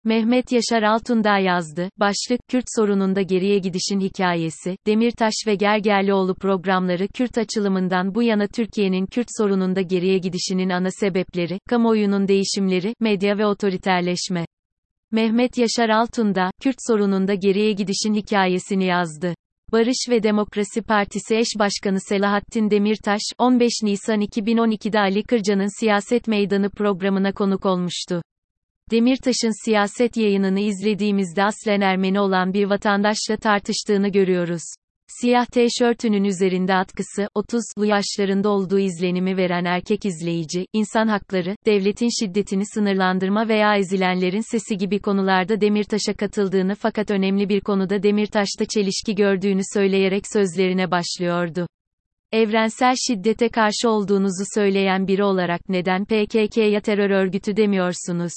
Mehmet Yaşar Altundağ yazdı. Başlık, Kürt sorununda geriye gidişin hikayesi. Demirtaş ve Gergerlioğlu programları Kürt açılımından bu yana Türkiye'nin Kürt sorununda geriye gidişinin ana sebepleri, kamuoyunun değişimleri, medya ve otoriterleşme. Mehmet Yaşar Altundağ, Kürt sorununda geriye gidişin hikayesini yazdı. Barış ve Demokrasi Partisi eş başkanı Selahattin Demirtaş, 15 Nisan 2012'de Ali Kırca'nın Siyaset Meydanı programına konuk olmuştu. Demirtaş'ın siyaset yayınını izlediğimizde aslen Ermeni olan bir vatandaşla tartıştığını görüyoruz. Siyah tişörtünün üzerinde atkısı, 30'lu yaşlarında olduğu izlenimi veren erkek izleyici, insan hakları, devletin şiddetini sınırlandırma veya ezilenlerin sesi gibi konularda Demirtaş'a katıldığını fakat önemli bir konuda Demirtaş'ta çelişki gördüğünü söyleyerek sözlerine başlıyordu. Evrensel şiddete karşı olduğunuzu söyleyen biri olarak neden PKK'ya terör örgütü demiyorsunuz?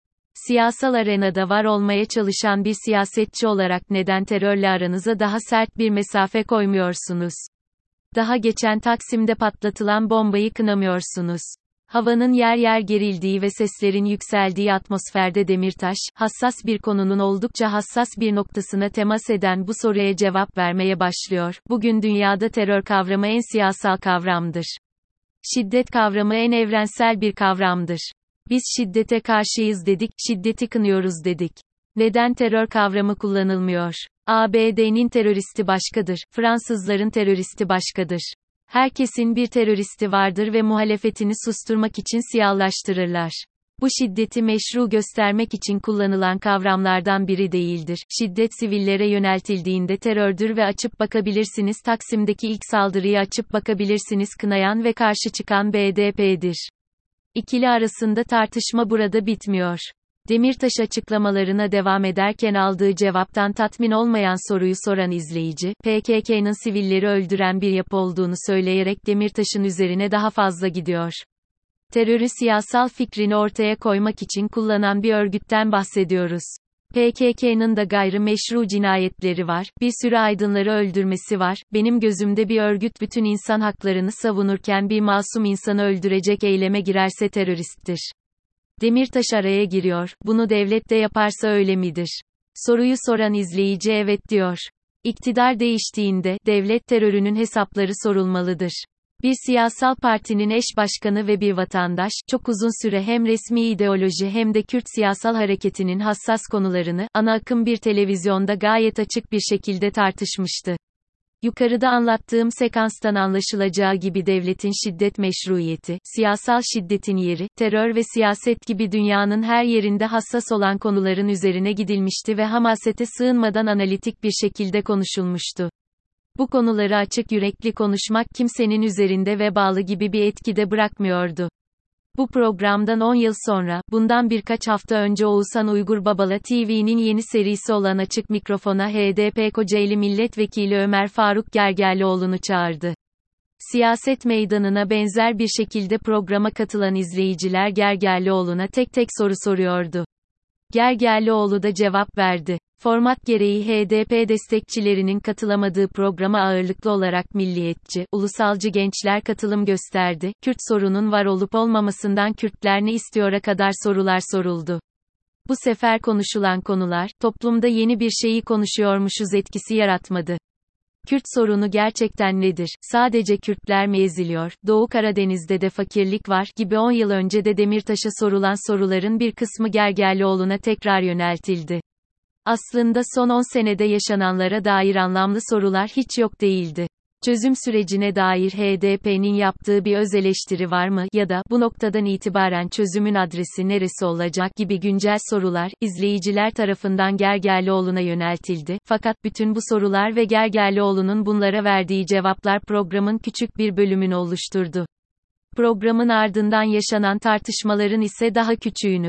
Siyasal arenada var olmaya çalışan bir siyasetçi olarak neden terörle aranıza daha sert bir mesafe koymuyorsunuz? Daha geçen Taksim'de patlatılan bombayı kınamıyorsunuz. Havanın yer yer gerildiği ve seslerin yükseldiği atmosferde Demirtaş, hassas bir konunun oldukça hassas bir noktasına temas eden bu soruya cevap vermeye başlıyor. Bugün dünyada terör kavramı en siyasal kavramdır. Şiddet kavramı en evrensel bir kavramdır. Biz şiddete karşıyız dedik, şiddeti kınıyoruz dedik. Neden terör kavramı kullanılmıyor? ABD'nin teröristi başkadır, Fransızların teröristi başkadır. Herkesin bir teröristi vardır ve muhalefetini susturmak için siyahlaştırırlar. Bu şiddeti meşru göstermek için kullanılan kavramlardan biri değildir. Şiddet sivillere yöneltildiğinde terördür ve açıp bakabilirsiniz Taksim'deki ilk saldırıyı açıp bakabilirsiniz kınayan ve karşı çıkan BDP'dir. İkili arasında tartışma burada bitmiyor. Demirtaş açıklamalarına devam ederken aldığı cevaptan tatmin olmayan soruyu soran izleyici, PKK'nın sivilleri öldüren bir yapı olduğunu söyleyerek Demirtaş'ın üzerine daha fazla gidiyor. Terörü siyasal fikrini ortaya koymak için kullanan bir örgütten bahsediyoruz. PKK'nın da gayrimeşru cinayetleri var, bir sürü aydınları öldürmesi var, benim gözümde bir örgüt bütün insan haklarını savunurken bir masum insanı öldürecek eyleme girerse teröristtir. Demirtaş araya giriyor, bunu devlet de yaparsa öyle midir? Soruyu soran izleyici evet diyor. İktidar değiştiğinde, devlet terörünün hesapları sorulmalıdır. Bir siyasal partinin eş başkanı ve bir vatandaş, çok uzun süre hem resmi ideoloji hem de Kürt siyasal hareketinin hassas konularını, ana akım bir televizyonda gayet açık bir şekilde tartışmıştı. Yukarıda anlattığım sekanstan anlaşılacağı gibi devletin şiddet meşruiyeti, siyasal şiddetin yeri, terör ve siyaset gibi dünyanın her yerinde hassas olan konuların üzerine gidilmişti ve hamasete sığınmadan analitik bir şekilde konuşulmuştu. Bu konuları açık yürekli konuşmak kimsenin üzerinde vebalı gibi bir etki de bırakmıyordu. Bu programdan 10 yıl sonra, bundan birkaç hafta önce Oğuzhan Uygur Babala TV'nin yeni serisi olan Açık Mikrofon'a HDP Kocaeli Milletvekili Ömer Faruk Gergerlioğlu'nu çağırdı. Siyaset meydanına benzer bir şekilde programa katılan izleyiciler Gergerlioğlu'na tek tek soru soruyordu. Gergerlioğlu da cevap verdi. Format gereği HDP destekçilerinin katılamadığı programa ağırlıklı olarak milliyetçi, ulusalcı gençler katılım gösterdi. Kürt sorunun var olup olmamasından Kürtler ne istiyor'a kadar sorular soruldu. Bu sefer konuşulan konular, toplumda yeni bir şeyi konuşuyormuşuz etkisi yaratmadı. Kürt sorunu gerçekten nedir? Sadece Kürtler mi eziliyor? Doğu Karadeniz'de de fakirlik var gibi 10 yıl önce de Demirtaş'a sorulan soruların bir kısmı Gergerlioğlu'na tekrar yöneltildi. Aslında son 10 senede yaşananlara dair anlamlı sorular hiç yok değildi. Çözüm sürecine dair HDP'nin yaptığı bir öz eleştiri var mı ya da bu noktadan itibaren çözümün adresi neresi olacak gibi güncel sorular izleyiciler tarafından Gergerlioğlu'na yöneltildi. Fakat bütün bu sorular ve Gergerlioğlu'nun bunlara verdiği cevaplar programın küçük bir bölümünü oluşturdu. Programın ardından yaşanan tartışmaların ise daha küçüğünü.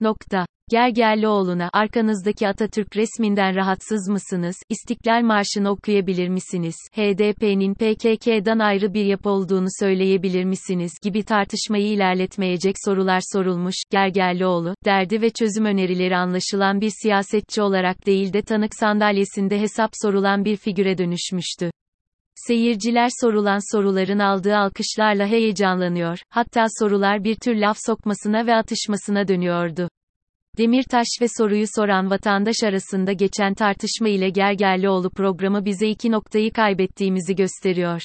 Gergerlioğlu'na, arkanızdaki Atatürk resminden rahatsız mısınız, İstiklal Marşı'nı okuyabilir misiniz, HDP'nin PKK'dan ayrı bir yapı olduğunu söyleyebilir misiniz gibi tartışmayı ilerletmeyecek sorular sorulmuş. Gergerlioğlu, derdi ve çözüm önerileri anlaşılan bir siyasetçi olarak değil de tanık sandalyesinde hesap sorulan bir figüre dönüşmüştü. Seyirciler sorulan soruların aldığı alkışlarla heyecanlanıyor, hatta sorular bir tür laf sokmasına ve atışmasına dönüyordu. Demirtaş ve soruyu soran vatandaş arasında geçen tartışma ile Gergerlioğlu programı bize iki noktayı kaybettiğimizi gösteriyor.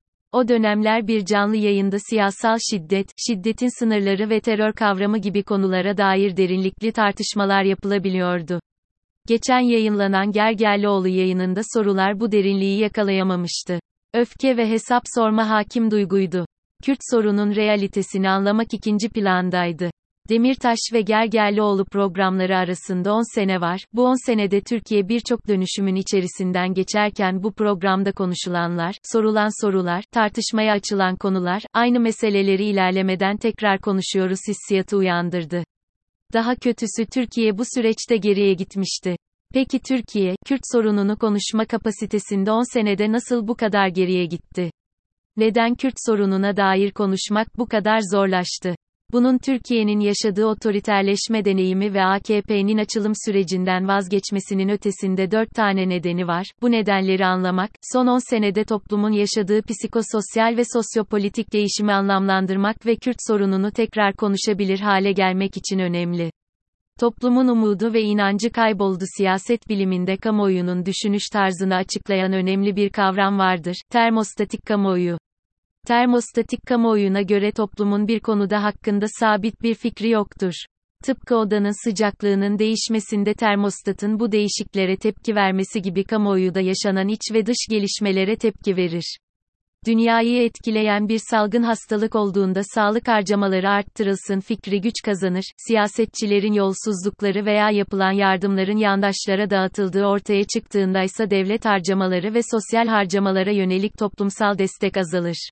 O dönemler bir canlı yayında siyasal şiddet, şiddetin sınırları ve terör kavramı gibi konulara dair derinlikli tartışmalar yapılabiliyordu. Geçen yayınlanan Gergerlioğlu yayınında sorular bu derinliği yakalayamamıştı. Öfke ve hesap sorma hakim duyguydu. Kürt sorunun realitesini anlamak ikinci plandaydı. Demirtaş ve Gergerlioğlu programları arasında 10 sene var. Bu 10 senede Türkiye birçok dönüşümün içerisinden geçerken bu programda konuşulanlar, sorulan sorular, tartışmaya açılan konular, aynı meseleleri ilerlemeden tekrar konuşuyoruz hissiyatı uyandırdı. Daha kötüsü Türkiye bu süreçte geriye gitmişti. Peki Türkiye, Kürt sorununu konuşma kapasitesinde 10 senede nasıl bu kadar geriye gitti? Neden Kürt sorununa dair konuşmak bu kadar zorlaştı? Bunun Türkiye'nin yaşadığı otoriterleşme deneyimi ve AKP'nin açılım sürecinden vazgeçmesinin ötesinde 4 tane nedeni var. Bu nedenleri anlamak, son 10 senede toplumun yaşadığı psikososyal ve sosyopolitik değişimi anlamlandırmak ve Kürt sorununu tekrar konuşabilir hale gelmek için önemli. Toplumun umudu ve inancı kayboldu. Siyaset biliminde kamuoyunun düşünüş tarzını açıklayan önemli bir kavram vardır: termostatik kamuoyu. Termostatik kamuoyuna göre toplumun bir konuda hakkında sabit bir fikri yoktur. Tıpkı odanın sıcaklığının değişmesinde termostatın bu değişiklere tepki vermesi gibi kamuoyu da yaşanan iç ve dış gelişmelere tepki verir. Dünyayı etkileyen bir salgın hastalık olduğunda sağlık harcamaları arttırılsın fikri güç kazanır, siyasetçilerin yolsuzlukları veya yapılan yardımların yandaşlara dağıtıldığı ortaya çıktığındaysa devlet harcamaları ve sosyal harcamalara yönelik toplumsal destek azalır.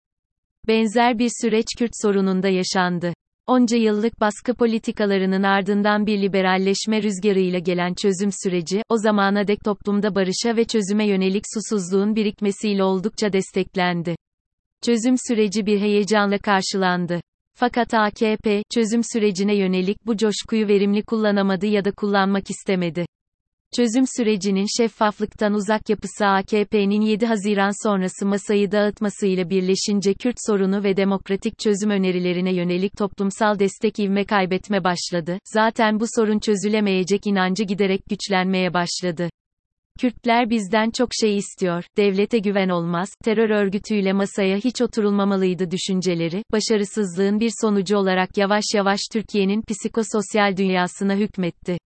Benzer bir süreç Kürt sorununda yaşandı. Onca yıllık baskı politikalarının ardından bir liberalleşme rüzgarıyla gelen çözüm süreci, o zamana dek toplumda barışa ve çözüme yönelik susuzluğun birikmesiyle oldukça desteklendi. Çözüm süreci bir heyecanla karşılandı. Fakat AKP, çözüm sürecine yönelik bu coşkuyu verimli kullanamadı ya da kullanmak istemedi. Çözüm sürecinin şeffaflıktan uzak yapısı AKP'nin 7 Haziran sonrası masayı dağıtmasıyla birleşince Kürt sorunu ve demokratik çözüm önerilerine yönelik toplumsal destek ivme kaybetme başladı. Zaten bu sorun çözülemeyecek inancı giderek güçlenmeye başladı. Kürtler bizden çok şey istiyor, devlete güven olmaz, terör örgütüyle masaya hiç oturulmamalıydı düşünceleri, başarısızlığın bir sonucu olarak yavaş yavaş Türkiye'nin psikososyal dünyasına hükmetti.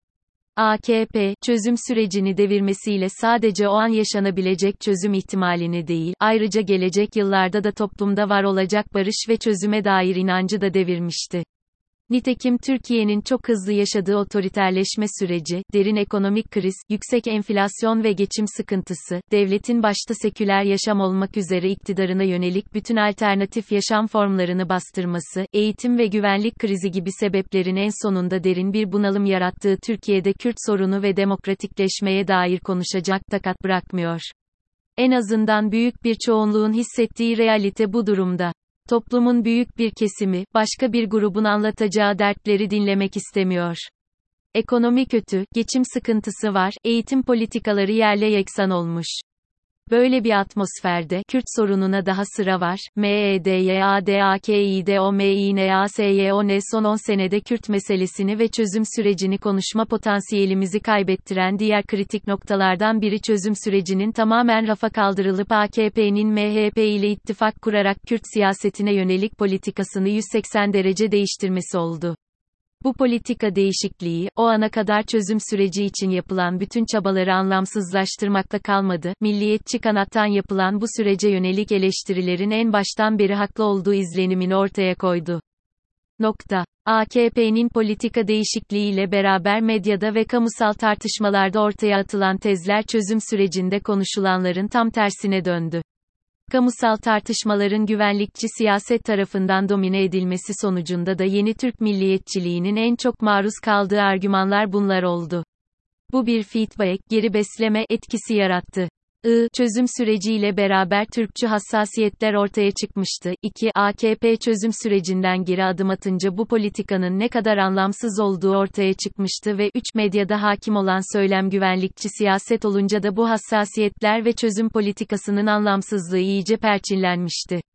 AKP, çözüm sürecini devirmesiyle sadece o an yaşanabilecek çözüm ihtimalini değil, ayrıca gelecek yıllarda da toplumda var olacak barış ve çözüme dair inancı da devirmişti. Nitekim Türkiye'nin çok hızlı yaşadığı otoriterleşme süreci, derin ekonomik kriz, yüksek enflasyon ve geçim sıkıntısı, devletin başta seküler yaşam olmak üzere iktidarına yönelik bütün alternatif yaşam formlarını bastırması, eğitim ve güvenlik krizi gibi sebeplerin en sonunda derin bir bunalım yarattığı Türkiye'de Kürt sorunu ve demokratikleşmeye dair konuşacak takat bırakmıyor. En azından büyük bir çoğunluğun hissettiği realite bu durumda. Toplumun büyük bir kesimi, başka bir grubun anlatacağı dertleri dinlemek istemiyor. Ekonomi kötü, geçim sıkıntısı var, eğitim politikaları yerle yeksan olmuş. Böyle bir atmosferde, Kürt sorununa daha sıra var. MEDYADAKİDOMİNASYON son 10 senede Kürt meselesini ve çözüm sürecini konuşma potansiyelimizi kaybettiren diğer kritik noktalardan biri çözüm sürecinin tamamen rafa kaldırılıp AKP'nin MHP ile ittifak kurarak Kürt siyasetine yönelik politikasını 180 derece değiştirmesi oldu. Bu politika değişikliği, o ana kadar çözüm süreci için yapılan bütün çabaları anlamsızlaştırmakta kalmadı, milliyetçi kanattan yapılan bu sürece yönelik eleştirilerin en baştan beri haklı olduğu izlenimini ortaya koydu. AKP'nin politika değişikliğiyle beraber medyada ve kamusal tartışmalarda ortaya atılan tezler çözüm sürecinde konuşulanların tam tersine döndü. Kamusal tartışmaların güvenlikçi siyaset tarafından domine edilmesi sonucunda da yeni Türk milliyetçiliğinin en çok maruz kaldığı argümanlar bunlar oldu. Bu bir feedback, geri besleme etkisi yarattı. Çözüm süreciyle beraber Türkçü hassasiyetler ortaya çıkmıştı. 2. AKP çözüm sürecinden geri adım atınca bu politikanın ne kadar anlamsız olduğu ortaya çıkmıştı ve 3. Medyada hakim olan söylem güvenlikçi siyaset olunca da bu hassasiyetler ve çözüm politikasının anlamsızlığı iyice perçinlenmişti.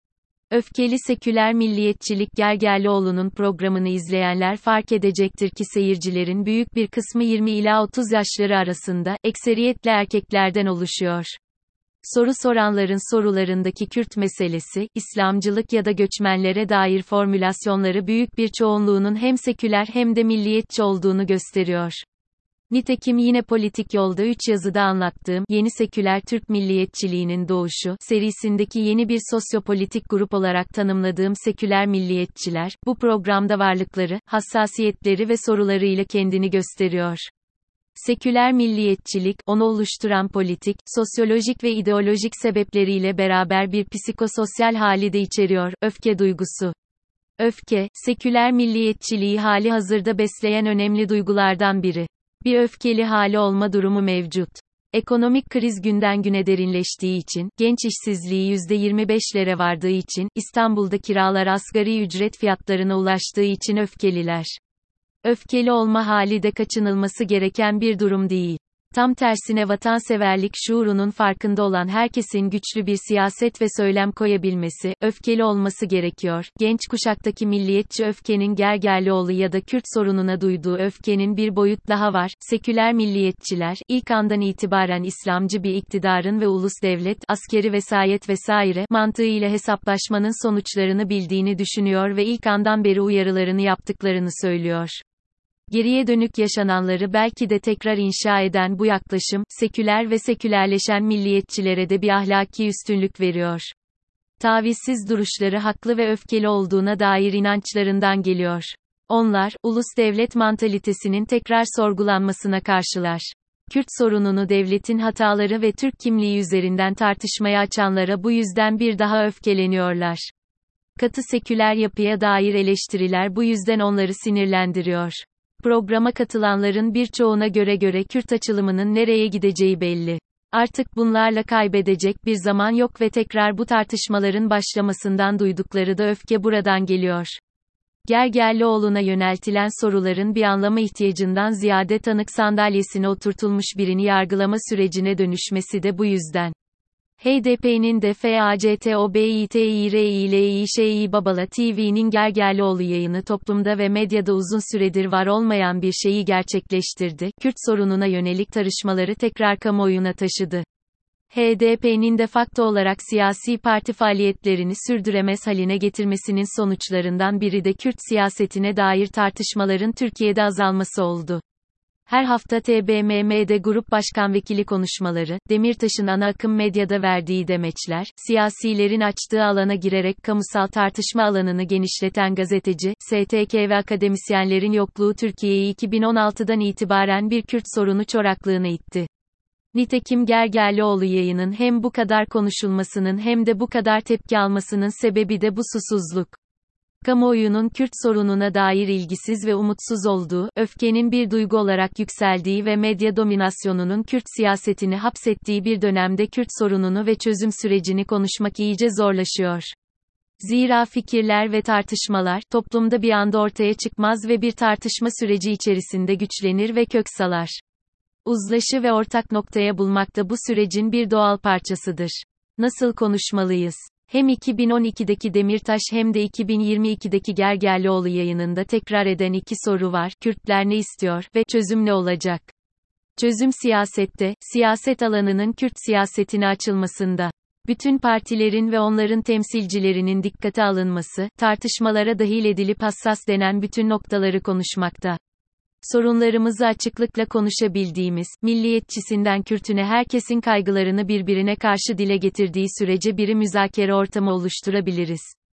Öfkeli seküler milliyetçilik Gergerlioğlu'nun programını izleyenler fark edecektir ki seyircilerin büyük bir kısmı 20 ila 30 yaşları arasında, ekseriyetle erkeklerden oluşuyor. Soru soranların sorularındaki Kürt meselesi, İslamcılık ya da göçmenlere dair formülasyonları büyük bir çoğunluğunun hem seküler hem de milliyetçi olduğunu gösteriyor. Nitekim yine Politik Yolda 3 yazıda anlattığım, Yeni Seküler Türk Milliyetçiliğinin Doğuşu, serisindeki yeni bir sosyopolitik grup olarak tanımladığım seküler milliyetçiler, bu programda varlıkları, hassasiyetleri ve sorularıyla kendini gösteriyor. Seküler milliyetçilik, onu oluşturan politik, sosyolojik ve ideolojik sebepleriyle beraber bir psikososyal hali de içeriyor, öfke duygusu. Öfke, seküler milliyetçiliği hali hazırda besleyen önemli duygulardan biri. Bir öfkeli hali olma durumu mevcut. Ekonomik kriz günden güne derinleştiği için, genç işsizliği %25'lere vardığı için, İstanbul'da kiralar asgari ücret fiyatlarına ulaştığı için öfkeliler. Öfkeli olma hali de kaçınılması gereken bir durum değil. Tam tersine vatanseverlik şuurunun farkında olan herkesin güçlü bir siyaset ve söylem koyabilmesi, öfkeli olması gerekiyor. Genç kuşaktaki milliyetçi öfkenin Gergerlioğlu ya da Kürt sorununa duyduğu öfkenin bir boyut daha var. Seküler milliyetçiler, ilk andan itibaren İslamcı bir iktidarın ve ulus devlet, askeri vesayet vesaire, mantığıyla hesaplaşmanın sonuçlarını bildiğini düşünüyor ve ilk andan beri uyarılarını yaptıklarını söylüyor. Geriye dönük yaşananları belki de tekrar inşa eden bu yaklaşım, seküler ve sekülerleşen milliyetçilere de bir ahlaki üstünlük veriyor. Tavizsiz duruşları haklı ve öfkeli olduğuna dair inançlarından geliyor. Onlar, ulus devlet mantalitesinin tekrar sorgulanmasına karşılar. Kürt sorununu devletin hataları ve Türk kimliği üzerinden tartışmaya açanlara bu yüzden bir daha öfkeleniyorlar. Katı seküler yapıya dair eleştiriler bu yüzden onları sinirlendiriyor. Programa katılanların birçoğuna göre Kürt açılımının nereye gideceği belli. Artık bunlarla kaybedecek bir zaman yok ve tekrar bu tartışmaların başlamasından duydukları da öfke buradan geliyor. Gergerlioğlu'na yöneltilen soruların bir anlama ihtiyacından ziyade tanık sandalyesine oturtulmuş birini yargılama sürecine dönüşmesi de bu yüzden. HDP'nin de FACTOBİTİRİLİŞİ Babala TV'nin Gergerlioğlu yayını toplumda ve medyada uzun süredir var olmayan bir şeyi gerçekleştirdi. Kürt sorununa yönelik tartışmaları tekrar kamuoyuna taşıdı. HDP'nin de facto olarak siyasi parti faaliyetlerini sürdüremez haline getirmesinin sonuçlarından biri de Kürt siyasetine dair tartışmaların Türkiye'de azalması oldu. Her hafta TBMM'de Grup Başkan Vekili konuşmaları, Demirtaş'ın ana akım medyada verdiği demeçler, siyasilerin açtığı alana girerek kamusal tartışma alanını genişleten gazeteci, STK ve akademisyenlerin yokluğu Türkiye'yi 2016'dan itibaren bir Kürt sorunu çoraklığına itti. Nitekim Gergerlioğlu yayının hem bu kadar konuşulmasının hem de bu kadar tepki almasının sebebi de bu susuzluk. Kamuoyunun Kürt sorununa dair ilgisiz ve umutsuz olduğu, öfkenin bir duygu olarak yükseldiği ve medya dominasyonunun Kürt siyasetini hapsettiği bir dönemde Kürt sorununu ve çözüm sürecini konuşmak iyice zorlaşıyor. Zira fikirler ve tartışmalar, toplumda bir anda ortaya çıkmaz ve bir tartışma süreci içerisinde güçlenir ve kök salar. Uzlaşı ve ortak noktaya bulmak da bu sürecin bir doğal parçasıdır. Nasıl konuşmalıyız? Hem 2012'deki Demirtaş hem de 2022'deki Gergerlioğlu yayınında tekrar eden iki soru var. Kürtler ne istiyor ve çözüm ne olacak? Çözüm siyasette, siyaset alanının Kürt siyasetine açılmasında. Bütün partilerin ve onların temsilcilerinin dikkate alınması, tartışmalara dahil edilip hassas denen bütün noktaları konuşmakta. Sorunlarımızı açıklıkla konuşabildiğimiz, milliyetçisinden Kürtüne herkesin kaygılarını birbirine karşı dile getirdiği sürece bir müzakere ortamı oluşturabiliriz.